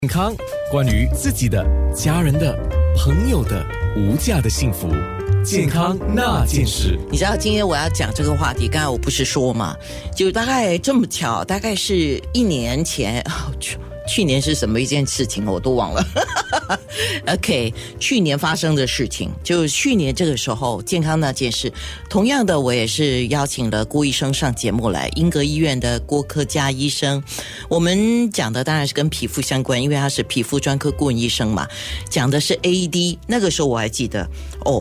健康，关于自己的、家人的、朋友的无价的幸福，健康那件事。 你知道今天我要讲这个话题，刚才我不是说嘛，就大概这么巧，大概是1年前，去年是什么一件事情我都忘了OK， 去年发生的事情，就去年这个时候健康那件事，同样的我也是邀请了郭医生上节目来，英格医院的郭科嘉医生。我们讲的当然是跟皮肤相关，因为他是皮肤专科顾问医生嘛，讲的是 AD。 那个时候我还记得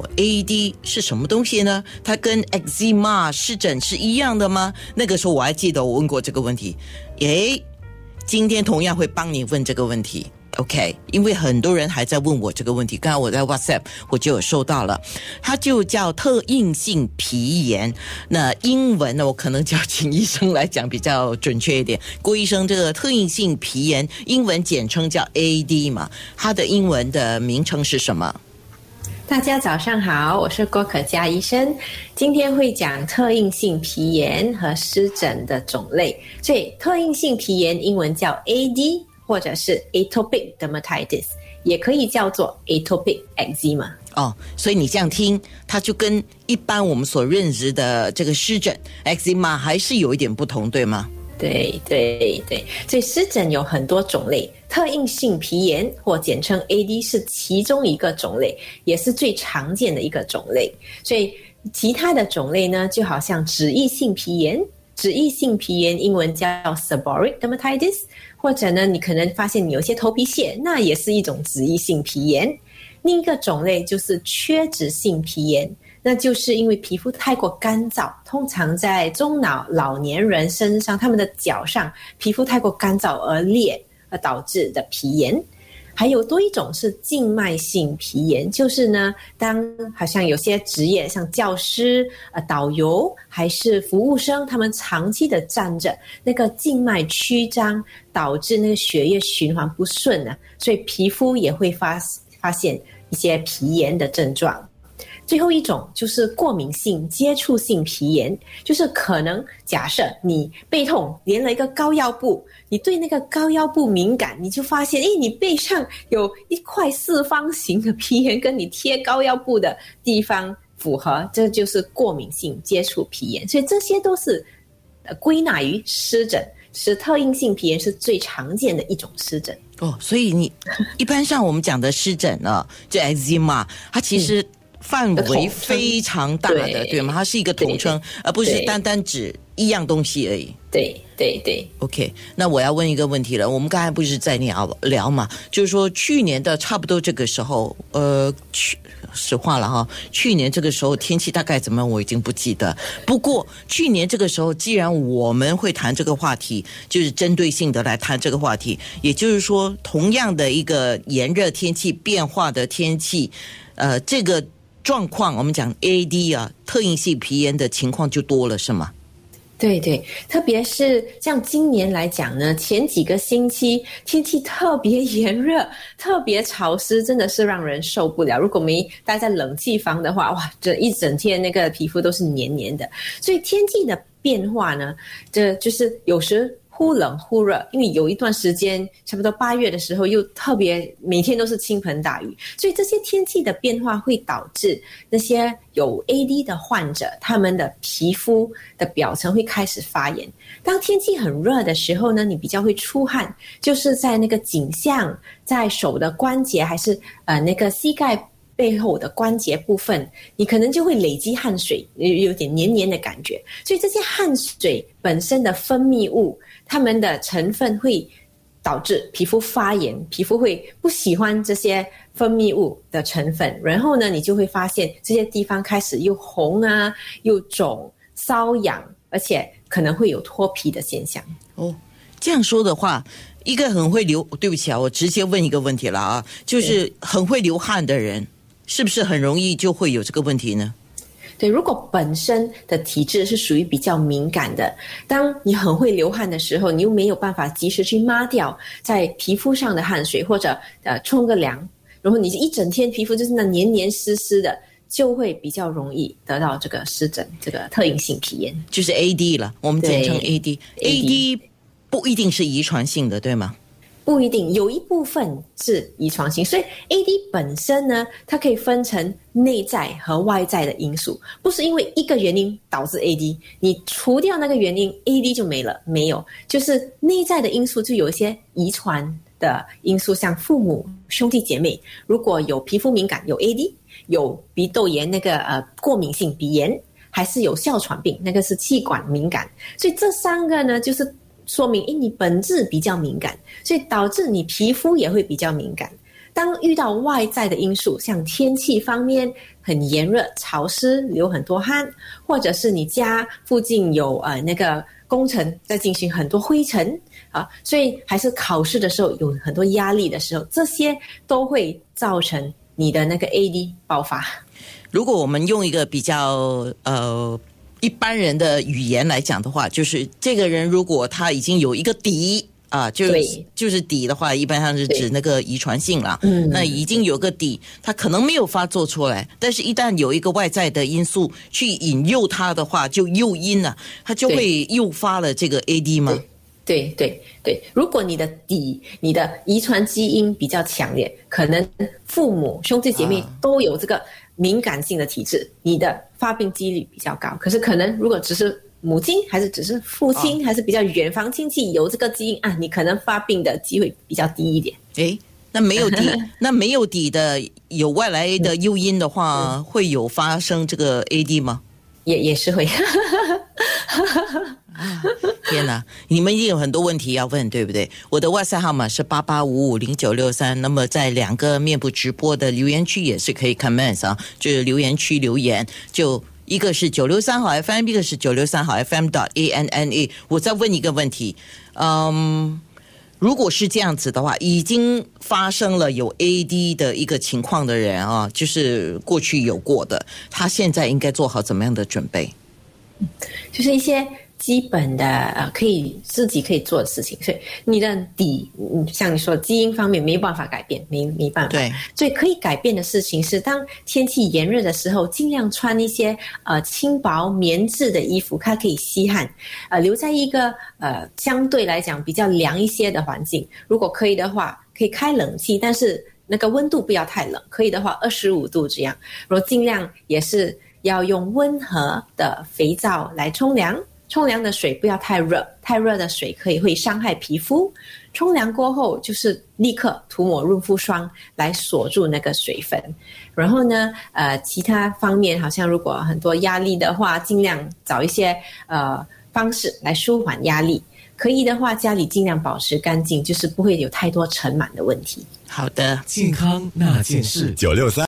AD 是什么东西呢？它跟 eczema 湿疹是一样的吗？那个时候我还记得我问过这个问题。今天同样会帮你问这个问题 OK， 因为很多人还在问我这个问题，刚才我在 WhatsApp 我就有收到了，它就叫特应性皮炎。那英文呢，我可能叫请医生来讲比较准确一点。郭医生，这个特应性皮炎英文简称叫 AD 嘛，它的英文的名称是什么？ 大家早上好，我是郭可嘉医生，今天会讲特应性皮炎和湿疹的种类。所以特应性皮炎英文叫 AD， 或者是 Atopic Dermatitis， 也可以叫做 Atopic Eczema。 所以你这样听，它就跟一般我们所认识的这个湿疹 Eczema 还是有一点不同，对吗？ 对，所以湿疹有很多种类，特应性皮炎或简称 AD 是其中一个种类，也是最常见的一个种类。所以其他的种类呢，就好像脂溢性皮炎，脂溢性皮炎英文叫 Seborrheic Dermatitis， 或者呢，你可能发现你有些头皮屑，那也是一种脂溢性皮炎。另一个种类就是缺脂性皮炎，那就是因为皮肤太过干燥，通常在中老年人身上，他们的脚上皮肤太过干燥而裂而导致的皮炎。还有多一种是静脉性皮炎，就是呢，当好像有些职业像教师、导游还是服务生，他们长期的站着，那个静脉曲张导致那个血液循环不顺啊，所以皮肤也会发现一些皮炎的症状。最后一种就是过敏性接触性皮炎，就是可能假设你背痛连了一个膏药布，你对那个膏药布敏感，你就发现你背上有一块四方形的皮炎跟你贴膏药布的地方符合，这就是过敏性接触皮炎。所以这些都是归纳于湿疹，是特应性皮炎是最常见的一种湿疹。 所以你一般上我们讲的湿疹呢，就 eczema， 它其实范围非常大的，对吗？它是一个统称，而不是单单指一样东西而已。 对 OK， 那我要问一个问题了，我们刚才不是在聊嘛，就是说去年的差不多这个时候，实话了哈，去年这个时候天气大概怎么样我已经不记得，不过去年这个时候既然我们会谈这个话题，就是针对性的来谈这个话题，也就是说同样的一个炎热天气变化的天气，这个状况我们讲 AD 啊，特应性皮炎的情况就多了，是吗？ 对，特别是像今年来讲呢，前几个星期天气特别炎热，特别潮湿，真的是让人受不了。如果没待在冷气房的话，哇，这一整天那个皮肤都是黏黏的。所以天气的变化呢，这就是有时忽冷忽热，因为有一段时间差不多8月的时候又特别每天都是倾盆大雨，所以这些天气的变化会导致那些有 AD 的患者，他们的皮肤的表层会开始发炎。当天气很热的时候呢，你比较会出汗，就是在那个颈项，在手的关节，还是那个膝盖背后的关节部分，你可能就会累积汗水，有点黏黏的感觉。所以这些汗水本身的分泌物，它们的成分会导致皮肤发炎，皮肤会不喜欢这些分泌物的成分，然后呢，你就会发现这些地方开始又红啊，又肿、瘙痒，而且可能会有脱皮的现象。 这样说的话，一个很会对不起啊，我直接问一个问题了啊，就是很会流汗的人，是不是很容易就会有这个问题呢？ 对，如果本身的体质是属于比较敏感的，当你很会流汗的时候，你又没有办法及时去抹掉在皮肤上的汗水，或者冲个凉，然后你一整天皮肤就是那黏黏湿湿的，就会比较容易得到这个湿疹，这个特应性皮炎， 就是 AD 了，我们简称 AD 不一定是遗传性的，对吗？ 不一定，有一部分是遗传性，所以 AD 本身呢，它可以分成内在和外在的因素，不是因为一个原因导致 AD， 你除掉那个原因 AD 就没了，没有，就是内在的因素就有一些遗传的因素，像父母、兄弟姐妹，如果有皮肤敏感有 AD， 有鼻窦炎那个过敏性鼻炎，还是有哮喘病，那个是气管敏感，所以这三个呢就是说明你本质比较敏感，所以导致你皮肤也会比较敏感。当遇到外在的因素，像天气方面很炎热、潮湿、流很多汗，或者是你家附近有那个工程在进行很多灰尘啊，所以还是考试的时候有很多压力的时候，这些都会造成你的那个 AD 爆发。 如果我们用一个比较一般人的语言来讲的话，就是这个人如果他已经有一个底啊，就是底的话，一般上是指那个遗传性啦。那已经有个底，他可能没有发作出来，但是一旦有一个外在的因素去引诱他的话，就诱因了，他就会诱发了这个 AD 吗？ 对，如果你的底、你的遗传基因比较强烈，可能父母、兄弟姐妹都有这个敏感性的体质，你的发病几率比较高。可是可能如果只是母亲，还是只是父亲，还是比较远房亲戚有这个基因啊，你可能发病的机会比较低一点。 那没有底那没有底的有外来的诱因的话，会有发生这个 AD 吗？ 也是会。 天哪，你们一定有很多问题要问，对不对？我的 WhatsApp 号码是88550963，那么在两个面部直播的留言区也是可以 comments 啊，就是留言区留言，就一个是963好 FM， 一个是963好 FM.ANNA。 我再问一个问题，如果是这样子的话，已经发生了有 AD 的一个情况的人啊，就是过去有过的，他现在应该做好怎么样的准备？ 就是一些基本的自己可以做的事情，所以你的底，像你说基因方面没办法改变，没办法。对，所以可以改变的事情是，当天气炎热的时候，尽量穿一些轻薄棉质的衣服，它可以吸汗，留在一个相对来讲比较凉一些的环境。如果可以的话，可以开冷气，但是那个温度不要太冷，可以的话25度这样。然后尽量也是要用温和的肥皂来冲凉，冲凉的水不要太热，太热的水会伤害皮肤。冲凉过后就是立刻涂抹润肤霜来锁住那个水分。然后呢其他方面好像如果很多压力的话，尽量找一些方式来舒缓压力。可以的话，家里尽量保持干净，就是不会有太多尘螨的问题。 好的， 健康那件事963